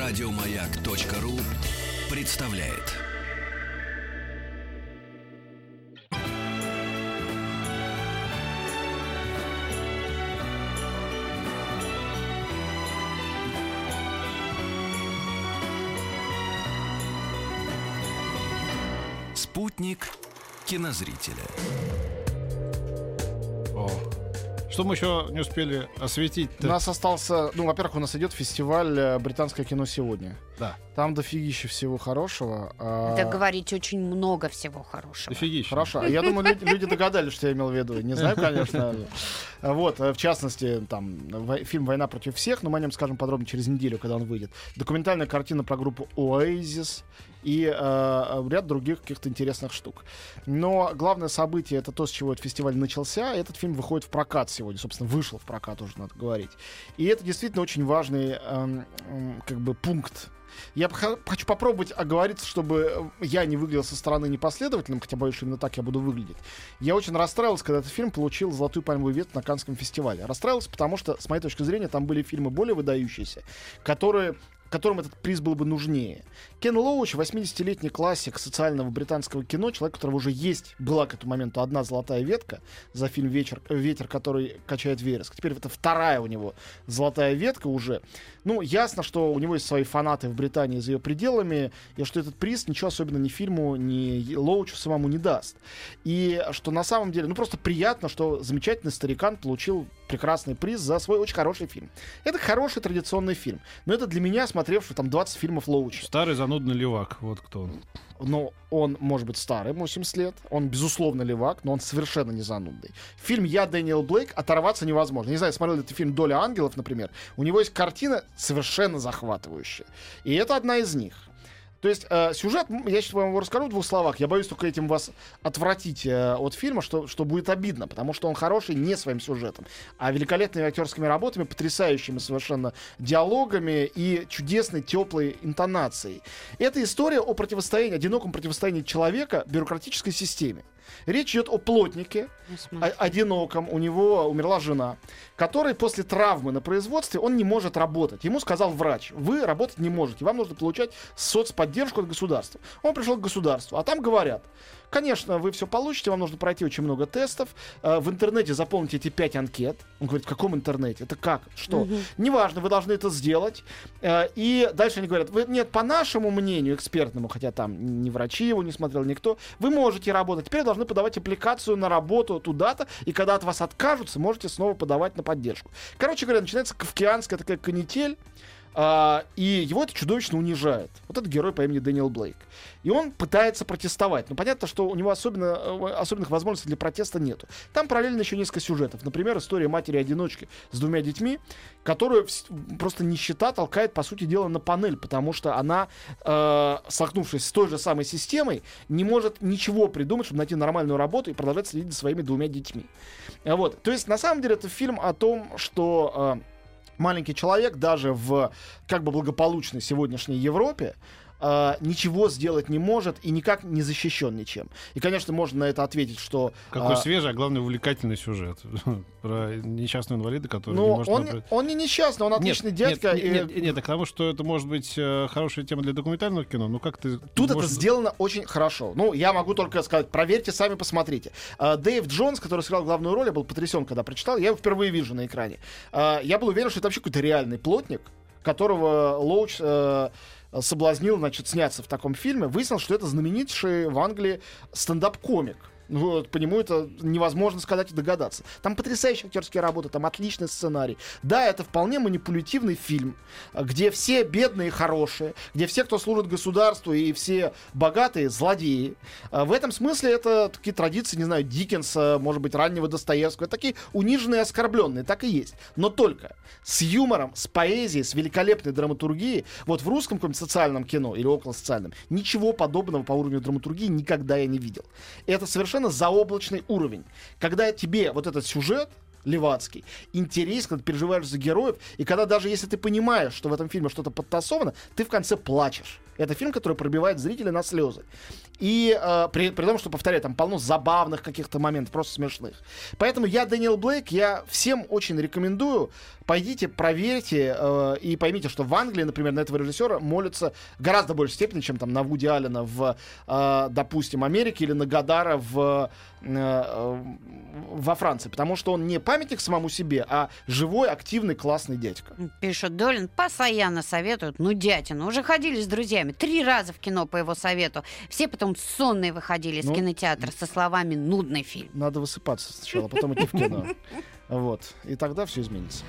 Радиомаяк.ру представляет. Спутник кинозрителя. Что мы еще не успели осветить-то? У нас остался... во-первых, у нас идет фестиваль «Британское кино сегодня». Да. Там дофигища всего хорошего. Да, говорите, очень много всего хорошего. Дофигища. Хорошо. Я думаю, люди догадались, что я имел в виду. Не знаю, конечно. Вот, в частности, там, фильм «Война против всех», но мы о нем скажем подробно через неделю, когда он выйдет. Документальная картина про группу Oasis и ряд других каких-то интересных штук. Но главное событие — это то, с чего этот фестиваль начался. Этот фильм выходит в прокат сегодня. Собственно, вышел в прокат, уже надо говорить. И это действительно очень важный пункт. Я хочу попробовать оговориться, чтобы я не выглядел со стороны непоследовательным, хотя боюсь, что именно так я буду выглядеть. Я очень расстраивался, когда этот фильм получил «Золотую пальмовую ветвь» на Каннском фестивале. Расстраивался, потому что, с моей точки зрения, там были фильмы более выдающиеся, которым этот приз был бы нужнее. Кен Лоуч — 80-летний классик социального британского кино, человек, у которого уже была к этому моменту одна золотая ветка за фильм «Ветер, который качает вереск». Теперь это вторая у него золотая ветка уже. Ясно, что у него есть свои фанаты в Британии за ее пределами, и что этот приз ничего особенно ни фильму, ни Лоучу самому не даст. И что на самом деле, просто приятно, что замечательный старикан получил прекрасный приз за свой очень хороший фильм. Это хороший традиционный фильм. Но это для меня, смотревший там 20 фильмов Лоуча. Старый занудный левак, вот кто он. Но он может быть старый, ему 70 лет. Он, безусловно, левак, но он совершенно не занудный. Фильм «Я, Дэниел Блейк» оторваться невозможно. Не знаю, смотрел ли ты фильм «Доля ангелов», например. У него есть картина совершенно захватывающая. И это одна из них. То есть сюжет, я сейчас вам его расскажу в двух словах. Я боюсь только этим вас отвратить от фильма, что будет обидно, потому что он хороший не своим сюжетом, а великолепными актерскими работами, потрясающими совершенно диалогами и чудесной теплой интонацией. Это история о одиноком противостоянии человека бюрократической системе. Речь идет о плотнике, одиноком, у него умерла жена, который после травмы на производстве, он не может работать. Ему сказал врач: вы работать не можете, вам нужно получать соцподдержку от государства. Он пришел к государству, а там говорят: конечно, вы все получите, вам нужно пройти очень много тестов, в интернете заполните эти 5 анкет. Он говорит: в каком интернете? Это как? Что? Неважно, вы должны это сделать. И дальше они говорят: нет, по нашему мнению экспертному, хотя там ни врачи его не смотрел, никто, вы можете работать, теперь должны подавать аппликацию на работу туда-то, и когда от вас откажутся, можете снова подавать на поддержку. Короче говоря, начинается кафкианская такая канитель, и его это чудовищно унижает. Вот этот герой по имени Дэниел Блейк. И он пытается протестовать. Но понятно, что у него особенных возможностей для протеста нету. Там параллельно еще несколько сюжетов. Например, история матери-одиночки с 2 детьми, которую просто нищета толкает, по сути дела, на панель, потому что она, столкнувшись с той же самой системой, не может ничего придумать, чтобы найти нормальную работу и продолжать следить за своими 2 детьми. Вот. То есть, на самом деле, это фильм о том, что маленький человек даже в благополучной сегодняшней Европе ничего сделать не может и никак не защищен ничем. И, конечно, можно на это ответить, что... Какой свежий, а главное, увлекательный сюжет про несчастного инвалида, который не может... Он не несчастный, он отличный дядька. Нет, к тому, что это может быть хорошая тема для документального кино, как ты... Тут это сделано очень хорошо. Я могу только сказать, проверьте сами, посмотрите. Дэйв Джонс, который сыграл главную роль, я был потрясен, когда прочитал, я его впервые вижу на экране. Я был уверен, что это вообще какой-то реальный плотник, которого Лоуч соблазнил, сняться в таком фильме. Выяснилось, что это знаменитейший в Англии стендап-комик. По нему это невозможно сказать и догадаться. Там потрясающие актерские работы, там отличный сценарий. Да, это вполне манипулятивный фильм, где все бедные хорошие, где все, кто служит государству, и все богатые злодеи. В этом смысле это такие традиции, не знаю, Диккенса, может быть, раннего Достоевского. Это такие униженные и оскорбленные, так и есть. Но только с юмором, с поэзией, с великолепной драматургией. Вот в русском каком-нибудь социальном кино или околосоциальном ничего подобного по уровню драматургии никогда я не видел. Это совершенно заоблачный уровень. Когда тебе вот этот сюжет левацкий интересен, когда ты переживаешь за героев, и когда даже если ты понимаешь, что в этом фильме что-то подтасовано, ты в конце плачешь. Это фильм, который пробивает зрителя на слезы. И при том, что, повторяю, там полно забавных каких-то моментов, просто смешных. Поэтому я Дэниел Блейк, я всем очень рекомендую. Пойдите, проверьте и поймите, что в Англии, например, на этого режиссера молятся в гораздо большей степени, чем там на Вуди Аллена в, допустим, Америке или на Годара во Франции. Потому что он не памятник самому себе, а живой, активный, классный дядька. Пишет Долин, постоянно советуют, дятина. Уже ходили с друзьями 3 раза в кино по его совету. Все потом сонные выходили из кинотеатра со словами «нудный фильм». Надо высыпаться сначала, потом идти в кино. Вот. И тогда все изменится.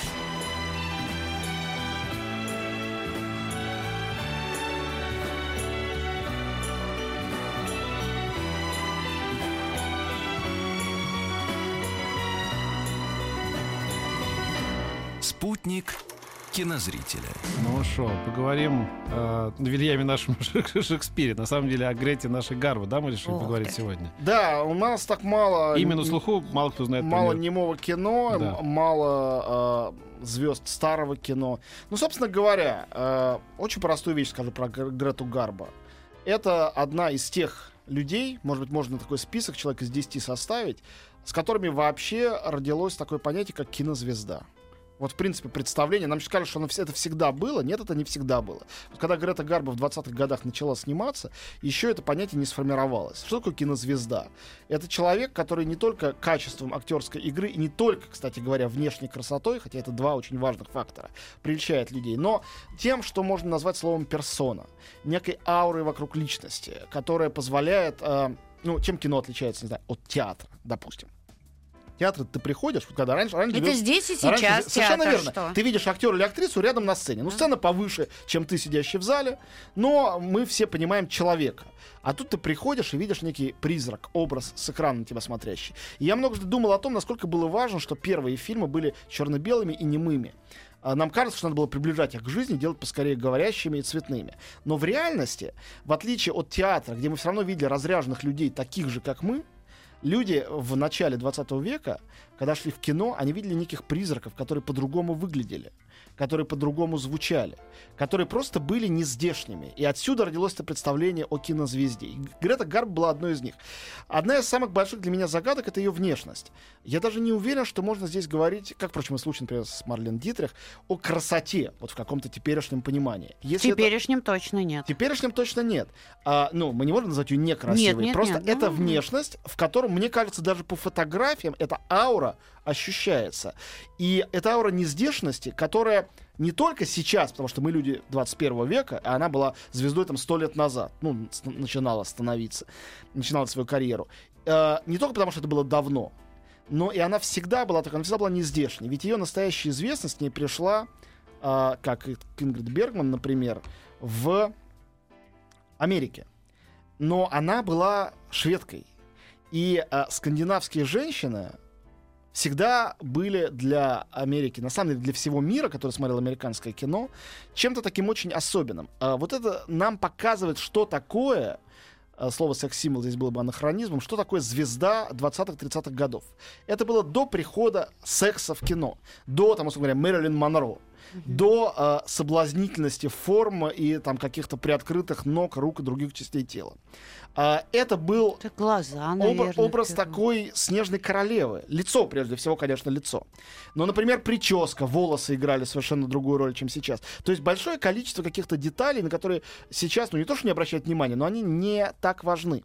Спутник кинозрителя. Ну что, поговорим о Вильяме нашем Шекспире. На самом деле о Грете нашей Гарбо, да, мы решили поговорить сегодня? Да, у нас так мало... Именно слуху мало кто знает. Мало немого кино, да. мало звезд старого кино. Ну, собственно говоря, очень простую вещь скажу про Грету Гарбо. Это одна из тех людей, может быть, можно такой список человек из 10 составить, с которыми вообще родилось такое понятие, как кинозвезда. Вот, в принципе, представление. Нам скажут, что это всегда было. Нет, это не всегда было. Вот когда Грета Гарбо в 20-х годах начала сниматься, еще это понятие не сформировалось. Что такое кинозвезда? Это человек, который не только качеством актерской игры, и не только, кстати говоря, внешней красотой, хотя это 2 очень важных фактора, прельщает людей, но тем, что можно назвать словом персона. Некой аурой вокруг личности, которая позволяет... чем кино отличается, не знаю, от театра, допустим. Театр ты приходишь, вот когда раньше это здесь и сейчас совершенно театр, верно. что? Ты видишь актера или актрису рядом на сцене. Сцена повыше, чем ты, сидящий в зале, но мы все понимаем человека. А тут ты приходишь и видишь некий призрак, образ с экрана на тебя смотрящий. И я много думал о том, насколько было важно, что первые фильмы были черно-белыми и немыми. Нам кажется, что надо было приближать их к жизни, делать поскорее говорящими и цветными. Но в реальности, в отличие от театра, где мы все равно видели разряженных людей, таких же, как мы, люди в начале 20 века, когда шли в кино, они видели неких призраков, которые по-другому выглядели, которые по-другому звучали, которые просто были нездешними. И отсюда родилось это представление о кинозвезде. И Грета Гарбо была одной из них. Одна из самых больших для меня загадок — это ее внешность. Я даже не уверен, что можно здесь говорить, как, впрочем, и случай, например, с Марлен Дитрих, о красоте, вот в каком-то теперешнем понимании. В теперешнем точно нет. В теперешнем точно нет. Мы не можем назвать ее некрасивой. Нет, просто это внешность, в котором, мне кажется, даже по фотографиям эта аура ощущается. И это аура нездешности, которая не только сейчас, потому что мы люди 21 века, а она была звездой 100 лет назад, начинала свою карьеру. Не только потому, что это было давно, но и она всегда была такой, она всегда была нездешней. Ведь ее настоящая известность к ней пришла, как и к Ингрид Бергман, например, в Америке. Но она была шведкой. И скандинавские женщины всегда были для Америки, на самом деле для всего мира, который смотрел американское кино, чем-то таким очень особенным. Вот это нам показывает, что такое, слово секс-символ здесь было бы анахронизмом, что такое звезда 20-30-х годов. Это было до прихода секса в кино, до, условно говоря, Мэрилин Монро, до соблазнительности форм и каких-то приоткрытых ног, рук и других частей тела. Это был глаза, наверное, образ такой снежной королевы. Лицо, прежде всего, конечно, лицо. Но, например, прическа, волосы играли совершенно другую роль, чем сейчас. То есть большое количество каких-то деталей, на которые сейчас, не то что не обращают внимания, но они не так важны.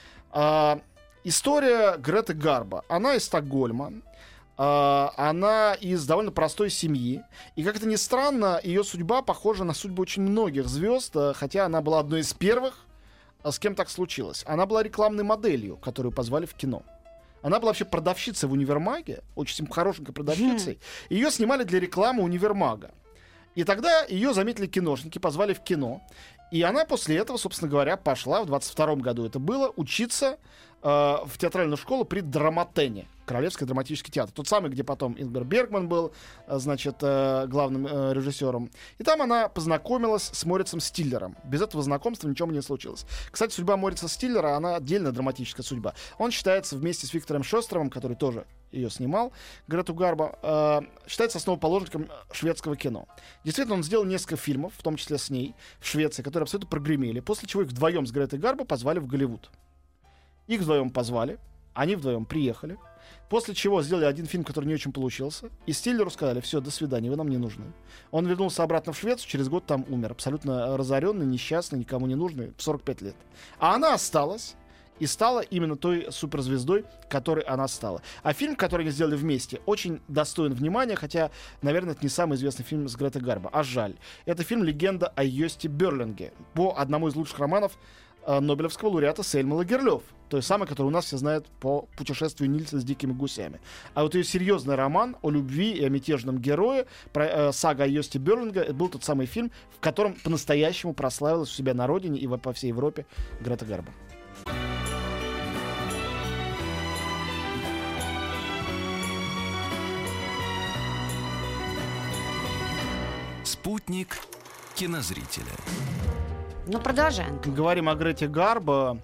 История Греты Гарбо. Она из Стокгольма. Она из довольно простой семьи. И, как это ни странно, ее судьба похожа на судьбу очень многих звезд, хотя она была одной из первых, с кем так случилось. Она была рекламной моделью, которую позвали в кино. Она была вообще продавщицей в универмаге, очень хорошенькой продавщицей. Ее снимали для рекламы универмага. И тогда ее заметили киношники, позвали в кино. И она после этого, собственно говоря, пошла, в 22-м году это было, учиться в театральную школу при Драматене, Королевский драматический театр. Тот самый, где потом Ингмар Бергман был, главным режиссером. И там она познакомилась с Морицем Стиллером. Без этого знакомства ничего бы не случилось. Кстати, судьба Морица Стиллера, она отдельная драматическая судьба. Он считается вместе с Виктором Шёстером, который тоже ее снимал, Грету Гарбо, считается основоположником шведского кино. Действительно, он сделал несколько фильмов, в том числе с ней, в Швеции, которые абсолютно прогремели, после чего их вдвоем с Гретой Гарбо позвали в Голливуд. Их вдвоем позвали, они вдвоем приехали, после чего сделали один фильм, который не очень получился, и Стиллеру сказали: все, до свидания, вы нам не нужны. Он вернулся обратно в Швецию, через год там умер, абсолютно разоренный, несчастный, никому не нужный, в 45 лет. А она осталась и стала именно той суперзвездой, которой она стала. А фильм, который они сделали вместе, очень достоин внимания, хотя, наверное, это не самый известный фильм с Гретой Гарбо, а жаль. Это фильм «Легенда о Йосте Берлинге» по одному из лучших романов Нобелевского лауреата Сельмы Лагерлёв, той самой, которую у нас все знают по «Путешествию Нильса с дикими гусями». А вот ее серьезный роман о любви и о мятежном герое, сага о Йосте Берлинге, это был тот самый фильм, в котором по-настоящему прославилась у себя на родине и по всей Европе Грета Гарбо. Спутник кинозрителя. Ну, продолжаем. Говорим о Грете Гарбо.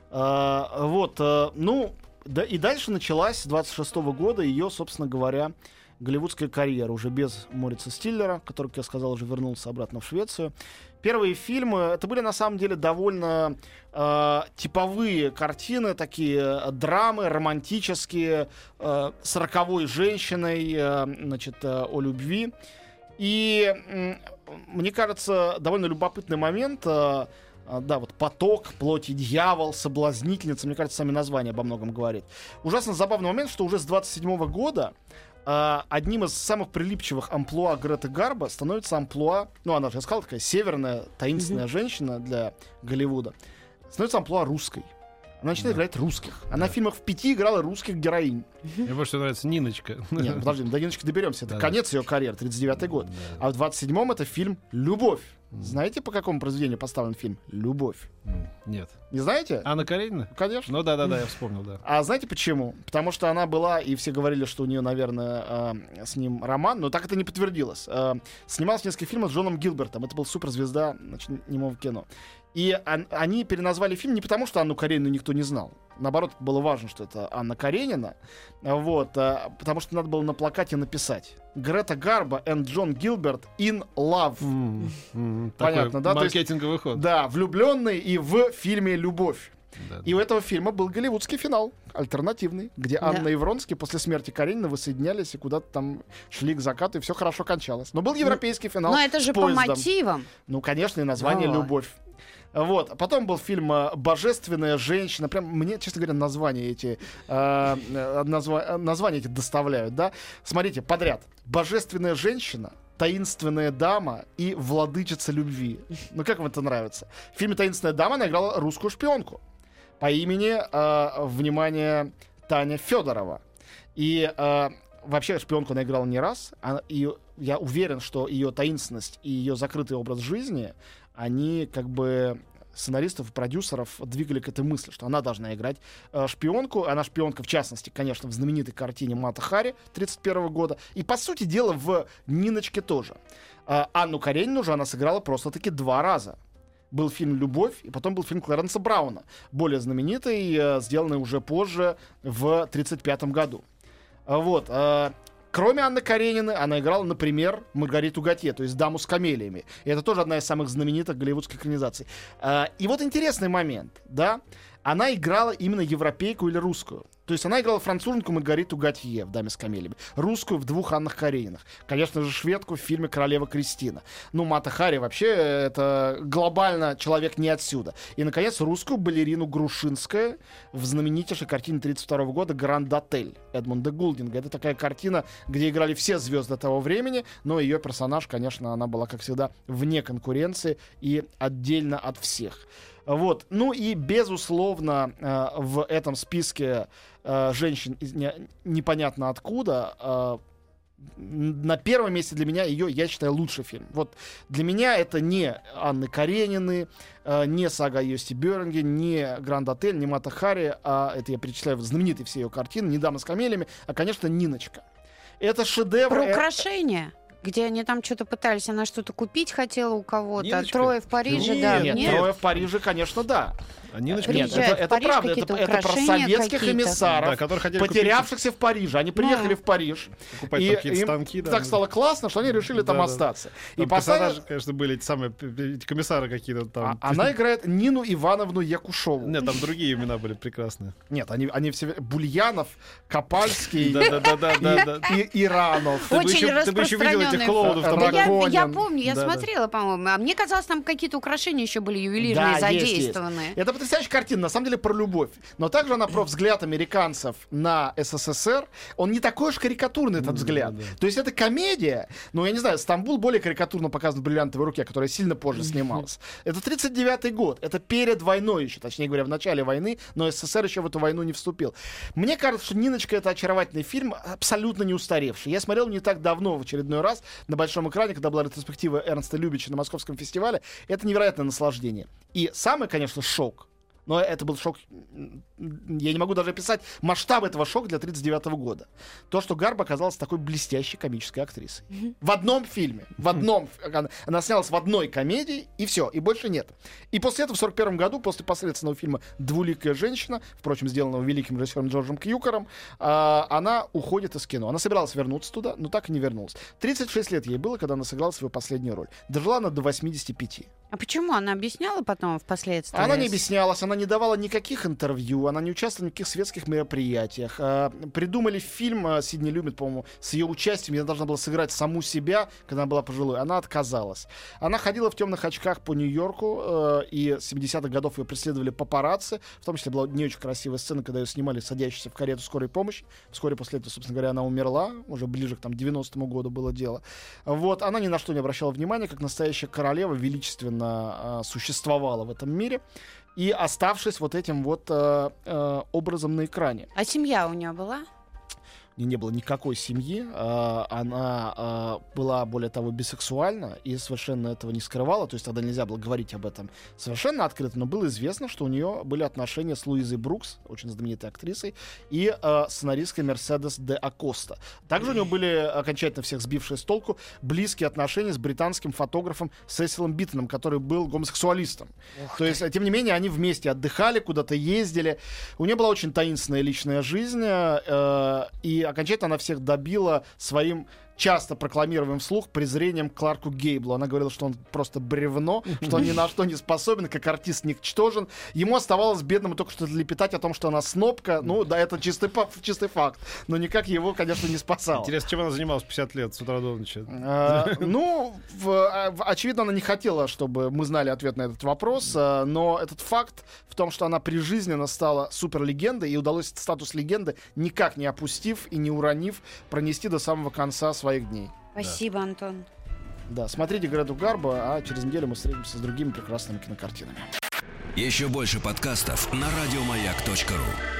И дальше началась с 26-го года ее, собственно говоря, голливудская карьера, уже без Морица Стиллера, который, как я сказал, уже вернулся обратно в Швецию. Первые фильмы, это были на самом деле довольно типовые картины, такие драмы романтические, с роковой женщиной, о любви. И мне кажется, довольно любопытный момент, вот «Поток», «Плоть и дьявол», «Соблазнительница», мне кажется, сами названия обо многом говорит. Ужасно забавный момент, что уже с 27-го года одним из самых прилипчивых амплуа Греты Гарбо становится амплуа, она же, я сказал, такая северная, таинственная женщина для Голливуда, становится амплуа русской. Она начинает играть русских. Она в фильмах в 5 играла русских героинь. Мне больше нравится Ниночка. Нет, подожди, до Ниночки доберемся. Это конец ее карьеры, 39-й год. А в 27-м это фильм «Любовь». Знаете, по какому произведению поставлен фильм «Любовь»? Нет. Не знаете? Анна Каренина? Конечно. Ну да, я вспомнил, да. А знаете почему? Потому что она была, и все говорили, что у нее, наверное, с ним роман, но так это не подтвердилось. Снималась несколько фильмов с Джоном Гилбертом. Это был суперзвезда немого кино. И они переназвали фильм не потому, что Анну Каренину никто не знал. Наоборот, было важно, что это Анна Каренина. Потому что надо было на плакате написать: Грета Гарбо and Джон Гилберт in love. Понятно, да? Маркетинговый ход. Да, влюбленный и в фильме «Любовь». Да. И у этого фильма был голливудский финал, альтернативный, где Анна и Вронский после смерти Каренина воссоединялись и куда-то там шли к закату, и все хорошо кончалось. Но был европейский финал. Но это же по мотивам. Ну, конечно, и название «Любовь». А потом был фильм «Божественная женщина». Прям мне, честно говоря, названия эти доставляют, да? Смотрите, подряд. «Божественная женщина», «Таинственная дама» и «Владычица любви». Ну, как вам это нравится? В фильме «Таинственная дама» она играла русскую шпионку по имени, внимание, Таня Федорова. И вообще шпионку она играла не раз. И я уверен, что ее таинственность и ее закрытый образ жизни, они как бы сценаристов и продюсеров двигали к этой мысли, что она должна играть шпионку. Она шпионка, в частности, конечно, в знаменитой картине Мата Хари 1931 года. И, по сути дела, в «Ниночке» тоже. Анну Каренину же она сыграла просто-таки 2 раза. Был фильм «Любовь», и потом был фильм Клэренса Брауна, более знаменитый, сделанный уже позже, в 1935 году. Кроме Анны Карениной, она играла, например, Маргариту Готье, то есть даму с камелиями. И это тоже одна из самых знаменитых голливудских экранизаций. И вот интересный момент, да, она играла именно европейку или русскую. То есть она играла француженку Маргариту Готье в «Даме с камелиями», русскую в 2 Аннах Каренинах, конечно же, шведку в фильме «Королева Кристина». Ну, Мата Хари вообще это глобально человек не отсюда. И, наконец, русскую балерину Грушинская в знаменитейшей картине 1932 года «Гранд Отель» Эдмунда Гулдинга. Это такая картина, где играли все звезды того времени, но ее персонаж, конечно, она была, как всегда, вне конкуренции и отдельно от всех. Ну и, безусловно, в этом списке женщин непонятно откуда на первом месте для меня ее, я считаю, лучший фильм. Вот для меня это не Анны Каренины, не сага о Йосте Берлинге, не «Гранд Отель», не Мата Хари, а это я перечисляю знаменитые все ее картины, не «Дама с камелиями», а, конечно, «Ниночка». Это шедевр. Про украшения. Где они там что-то пытались, она что-то купить хотела у кого-то. Ниночка? «Трое в Париже», да. Нет, «Трое в Париже», конечно, да. А Ниночка... Нет, Приезжают в это Париж, правда. какие-то Это про украшения советских какие-то. эмиссаров, Да, которые хотели потерявшихся в Париже. Они приехали в Париж. покупать И там какие-то им станки. Да, так стало классно, что они решили там Да. остаться. И Там поставили... персонажи, конечно, были эти самые эти комиссары какие-то там. Она играет Нину Ивановну Якушеву. Нет, там другие имена были прекрасные. Нет, они все... Бульянов, Копальский Да. и Иранов. Очень Ты бы еще видел этих распространенный клоунов там. Да, Я Драконин. помню, я Да. смотрела, по-моему. А мне казалось, там какие-то украшения еще были ювелирные Да, есть. задействованы. Это потрясающая картина, на самом деле про любовь. Но также она про взгляд американцев на СССР. Он не такой уж карикатурный, этот взгляд. да. То есть это комедия. Ну, я не знаю, «Стамбул» более карикатурно показан в «Бриллиантовой руке», которая сильно позже снималась. Это 1939 год. Это перед войной еще, точнее говоря, в начале войны, но СССР еще в эту войну не вступил. Мне кажется, что «Ниночка» — это очаровательный фильм, абсолютно не устаревший. Я смотрел не так давно, в очередной раз, на большом экране, когда была ретроспектива Эрнста Любича на Московском фестивале. Это невероятное наслаждение. И самый, конечно, шок. Но это был шок, я не могу даже описать масштаб этого шока для 1939 года. То, что Гарбо оказалась такой блестящей комической актрисой. В одном фильме. Она снялась в одной комедии, и все, и больше нет. И после этого, в 1941 году, после посредственного фильма «Двуликая женщина», впрочем, сделанного великим режиссером Джорджем Кьюкером, она уходит из кино. Она собиралась вернуться туда, но так и не вернулась. 36 лет ей было, когда она сыграла свою последнюю роль. Дожила она до 85. А почему? Она объясняла потом впоследствии? Она не объяснялась, она не давала никаких интервью, она не участвовала в никаких светских мероприятиях. Придумали фильм, Сидни Люмет, по-моему, с ее участием, где она должна была сыграть саму себя, когда она была пожилой. Она отказалась. Она ходила в темных очках по Нью-Йорку, и с 70-х годов ее преследовали папарацци. В том числе была не очень красивая сцена, когда ее снимали садящейся в карету скорой помощи. Вскоре после этого, собственно говоря, она умерла. Уже ближе к 90-му году было дело. Вот. Она ни на что не обращала внимания, как настоящая королева, величественно существовала в этом мире. И оставшись вот этим вот образом на экране. А семья у нее была? Не было никакой семьи, она была, более того, бисексуальна и совершенно этого не скрывала, то есть тогда нельзя было говорить об этом совершенно открыто, но было известно, что у нее были отношения с Луизой Брукс, очень знаменитой актрисой, и сценаристкой Мерседес де Акоста. Также у нее были, окончательно всех сбившие с толку, близкие отношения с британским фотографом Сесилом Биттоном, который был гомосексуалистом. То есть, тем не менее, они вместе отдыхали, куда-то ездили. У нее была очень таинственная личная жизнь, и окончательно она всех добила своим часто прокламируемым вслух презрением к Кларку Гейблу. Она говорила, что он просто бревно, что он ни на что не способен, как артист ничтожен. Ему оставалось бедному только что лепетать о том, что она снобка. Ну, да, это чистый факт. Но никак его, конечно, не спасало. Интересно, чем она занималась 50 лет с утра до ночи? Очевидно, она не хотела, чтобы мы знали ответ на этот вопрос, но этот факт в том, что она прижизненно стала суперлегендой, и удалось этот статус легенды, никак не опустив и не уронив, пронести до самого конца своих дней. Спасибо, Антон. Да, смотрите Грету Гарбо, а через неделю мы встретимся с другими прекрасными кинокартинами. Еще больше подкастов на радиомаяк.ру.